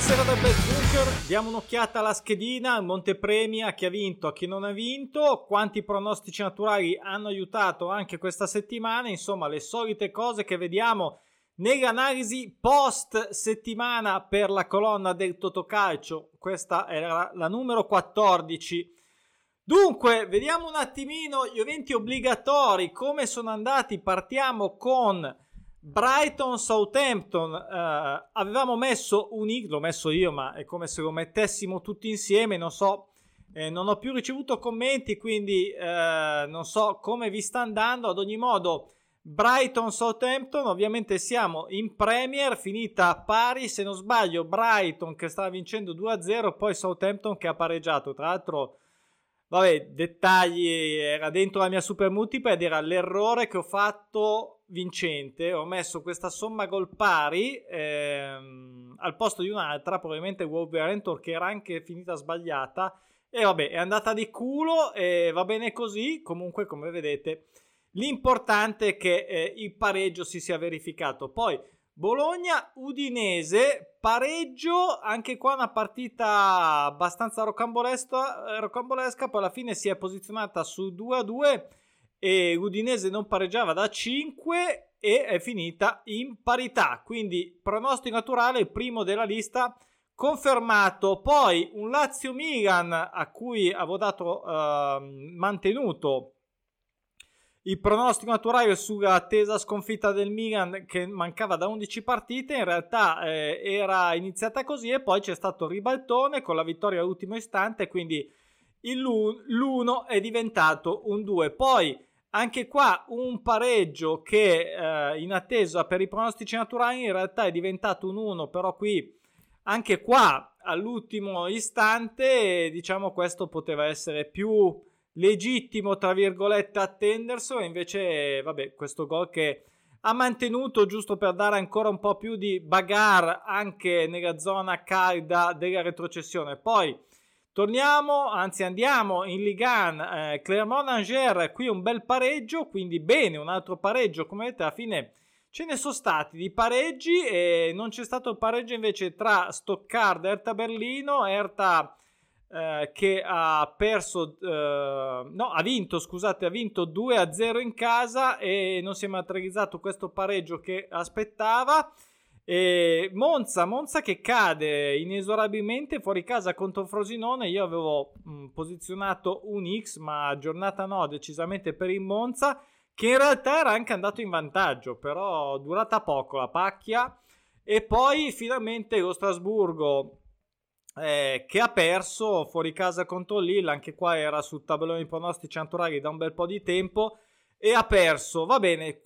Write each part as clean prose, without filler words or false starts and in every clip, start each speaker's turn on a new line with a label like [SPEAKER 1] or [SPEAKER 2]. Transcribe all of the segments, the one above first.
[SPEAKER 1] Buonasera dal Black Bunker, diamo un'occhiata alla schedina, Montepremi, a chi ha vinto, a chi non ha vinto, quanti pronostici naturali hanno aiutato anche questa settimana, insomma le solite cose che vediamo nell'analisi post settimana per la colonna del Totocalcio. Questa era la numero 14. Dunque, vediamo un attimino gli eventi obbligatori, come sono andati. Partiamo con Brighton Southampton. Avevamo messo un X, l'ho messo io, ma è come se lo mettessimo tutti insieme, non so, non ho più ricevuto commenti, quindi non so come vi sta andando. Ad ogni modo, Brighton Southampton, ovviamente siamo in Premier, finita pari, se non sbaglio Brighton che stava vincendo 2-0, poi Southampton che ha pareggiato. Tra l'altro, vabbè, dettagli, era dentro la mia super multipla ed era l'errore che ho fatto vincente. Ho messo questa somma gol pari al posto di un'altra, probabilmente Wolverhampton, che era anche finita sbagliata, e vabbè, è andata di culo e va bene così. Comunque, come vedete, l'importante è che il pareggio si sia verificato. Poi Bologna-Udinese, pareggio, anche qua una partita abbastanza rocambolesca, poi alla fine si è posizionata su 2-2 e Udinese non pareggiava da 5 e è finita in parità, quindi pronostico naturale, il primo della lista confermato. Poi un Lazio-Milan a cui avevo dato mantenuto il pronostico naturale sulla attesa sconfitta del Milan che mancava da 11 partite. In realtà era iniziata così e poi c'è stato il ribaltone con la vittoria all'ultimo istante, quindi l'1 è diventato un 2. Poi anche qua un pareggio che in attesa per i pronostici naturali in realtà è diventato un 1, però qui anche qua all'ultimo istante, diciamo, questo poteva essere più legittimo tra virgolette attenderselo, invece vabbè, questo gol che ha mantenuto giusto per dare ancora un po' più di bagarre anche nella zona calda della retrocessione. Poi andiamo in Ligue 1, Clermont-Angers, qui un bel pareggio, quindi bene, un altro pareggio. Come vedete alla fine ce ne sono stati di pareggi e non c'è stato il pareggio invece tra Stoccarda e Hertha Berlino. Hertha che ha vinto 2-0 in casa e non si è materializzato questo pareggio che aspettava. Monza che cade inesorabilmente fuori casa contro Frosinone. Io avevo posizionato un X, ma giornata no, decisamente per il Monza, che in realtà era anche andato in vantaggio, però durata poco la pacchia. E poi finalmente lo Strasburgo che ha perso fuori casa contro Lille, anche qua era sul tabellone di pronostici naturali da un bel po' di tempo e ha perso. Va bene,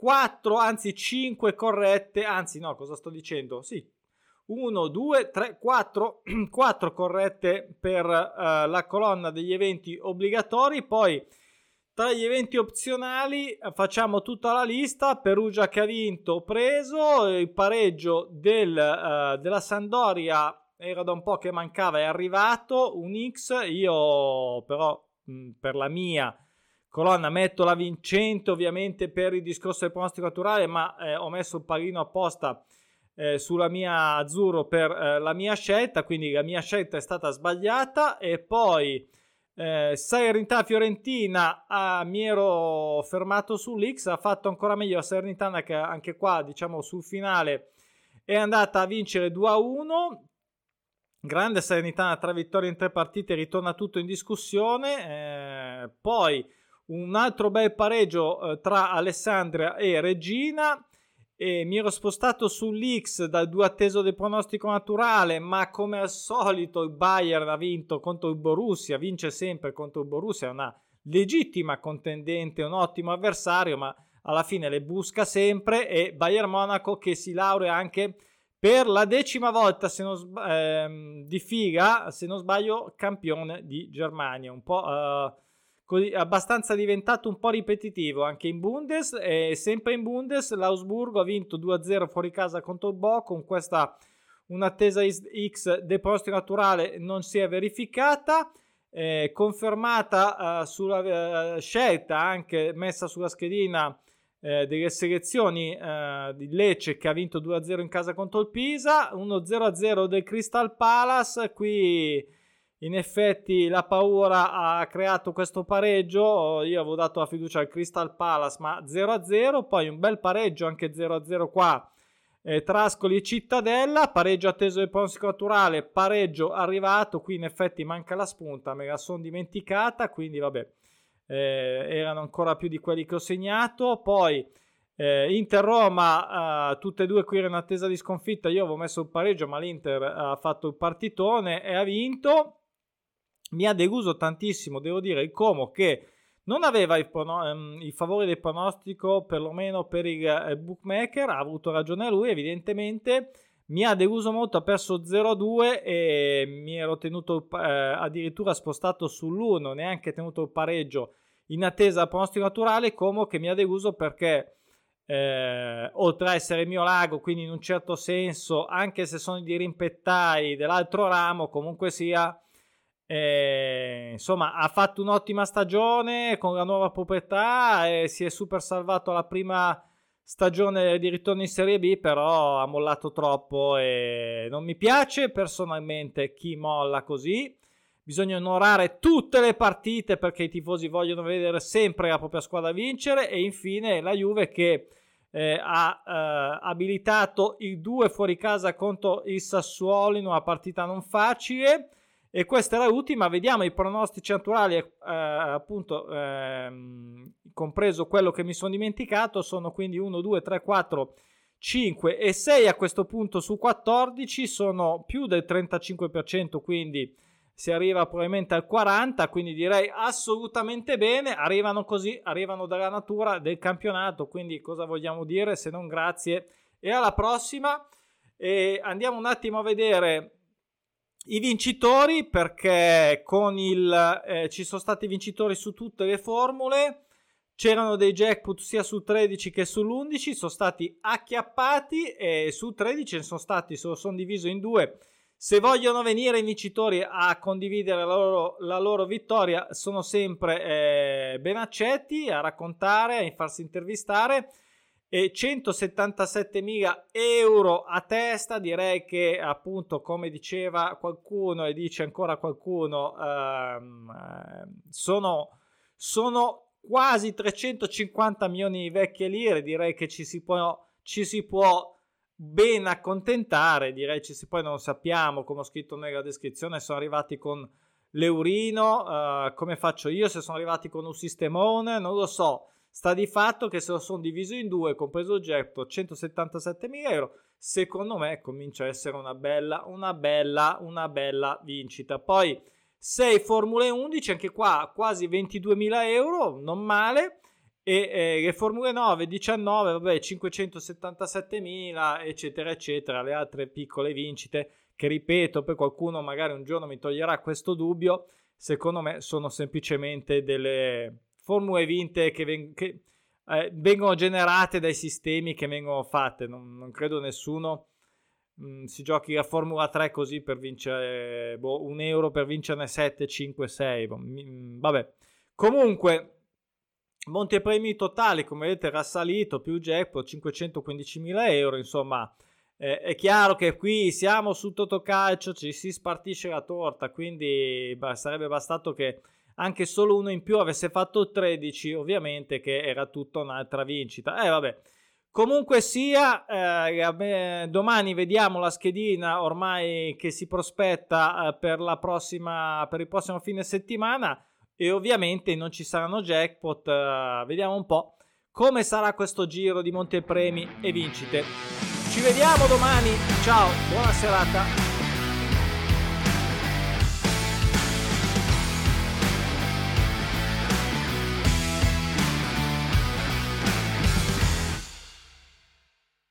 [SPEAKER 1] 5 corrette, anzi no, cosa sto dicendo? Sì, 1, 2, 3, 4 corrette per la colonna degli eventi obbligatori. Poi tra gli eventi opzionali facciamo tutta la lista. Perugia che ha vinto, preso il pareggio della Sampdoria, era da un po' che mancava, è arrivato un X. Io però per la mia colonna metto la vincente, ovviamente per il discorso del pronostico naturale, ma ho messo il pallino apposta sulla mia azzurro per la mia scelta, quindi la mia scelta è stata sbagliata. E poi Salernitana-Fiorentina, mi ero fermato sull'X, ha fatto ancora meglio la Salernitana, che anche qua diciamo sul finale è andata a vincere 2-1. Grande Salernitana, 3 vittorie in 3 partite, ritorna tutto in discussione. Poi un altro bel pareggio tra Alessandria e Reggina, e mi ero spostato sull'X dal 2 atteso del pronostico naturale, ma come al solito il Bayern ha vinto contro il Borussia, vince sempre contro il Borussia, è una legittima contendente, un ottimo avversario, ma alla fine le busca sempre. E Bayern Monaco che si laurea anche per la 10ª volta di figa, se non sbaglio, campione di Germania. Un po' così, abbastanza diventato un po' ripetitivo anche in Bundes. E sempre in Bundes l'Augsburgo ha vinto 2-0 fuori casa contro il Bo. Con questa un'attesa X del pronostico naturale non si è verificata, confermata sulla scelta anche messa sulla schedina delle selezioni di Lecce, che ha vinto 2-0 in casa contro il Pisa, 1-0 del Crystal Palace. Qui in effetti la paura ha creato questo pareggio. Io avevo dato la fiducia al Crystal Palace, ma 0-0, poi un bel pareggio anche 0-0 qua tra Ascoli e Cittadella, pareggio atteso del pronostico naturale, pareggio arrivato. Qui in effetti manca la spunta, me la sono dimenticata, quindi vabbè, erano ancora più di quelli che ho segnato. Poi Inter-Roma, tutte e due qui erano in attesa di sconfitta. Io avevo messo il pareggio, ma l'Inter ha fatto il partitone e ha vinto. Mi ha deluso tantissimo, devo dire, il Como, che non aveva i favori del pronostico, perlomeno per il bookmaker. Ha avuto ragione lui, evidentemente. Mi ha deluso molto, ha perso 0-2 e mi ero tenuto addirittura spostato sull'1, neanche tenuto il pareggio in attesa del pronostico naturale. Como che mi ha deluso perché oltre a essere il mio lago, quindi in un certo senso, anche se sono i dirimpettai dell'altro ramo, comunque sia, insomma, ha fatto un'ottima stagione con la nuova proprietà e si è super salvato alla prima stagione di ritorno in Serie B, però ha mollato troppo e non mi piace personalmente chi molla così. Bisogna onorare tutte le partite perché i tifosi vogliono vedere sempre la propria squadra vincere. E infine la Juve che ha abilitato il 2 fuori casa contro il Sassuolo in una partita non facile. E questa era l'ultima. Vediamo i pronostici naturali, appunto, compreso quello che mi sono dimenticato. Sono quindi 1, 2, 3, 4, 5 e 6 a questo punto su 14. Sono più del 35%, quindi si arriva probabilmente al 40%. Quindi direi assolutamente bene. Arrivano così, arrivano dalla natura del campionato. Quindi cosa vogliamo dire se non grazie e alla prossima. E andiamo un attimo a vedere i vincitori, perché con ci sono stati vincitori su tutte le formule. C'erano dei jackpot sia su 13 che sull'11, sono stati acchiappati e su 13 ne sono stati, se lo sono diviso in due. Se vogliono venire i vincitori a condividere la loro vittoria, sono sempre ben accetti a raccontare, a farsi intervistare. E 177.000 euro a testa, direi che appunto, come diceva qualcuno e dice ancora qualcuno, sono quasi 350 milioni di vecchie lire. Direi che ci si può ben accontentare, direi poi non sappiamo, come ho scritto nella descrizione, sono arrivati con l'eurino, come faccio io, se sono arrivati con un sistemone, non lo so. Sta di fatto che se lo sono diviso in due, compreso il jackpot, 177.000 euro, secondo me comincia a essere una bella vincita. Poi 6 Formule 11, anche qua quasi 22.000 euro, non male. E le Formule 9, 19, vabbè, 577.000, eccetera, eccetera. Le altre piccole vincite, che ripeto, poi qualcuno magari un giorno mi toglierà questo dubbio, secondo me sono semplicemente delle formule vinte che vengono generate dai sistemi che vengono fatte. Non credo nessuno si giochi la Formula 3 così per vincere €1 per vincerne 7, 5, 6. Vabbè, comunque montepremi totali, come vedete, era salito, più jackpot 515.000 euro. Insomma, è chiaro che qui siamo su Totocalcio, ci si spartisce la torta, quindi sarebbe bastato che anche solo uno in più avesse fatto 13, ovviamente, che era tutta un'altra vincita. Vabbè, comunque sia, domani vediamo la schedina ormai che si prospetta per il prossimo fine settimana, e ovviamente non ci saranno jackpot. Vediamo un po' come sarà questo giro di montepremi e vincite. Ci vediamo domani, ciao, buona serata.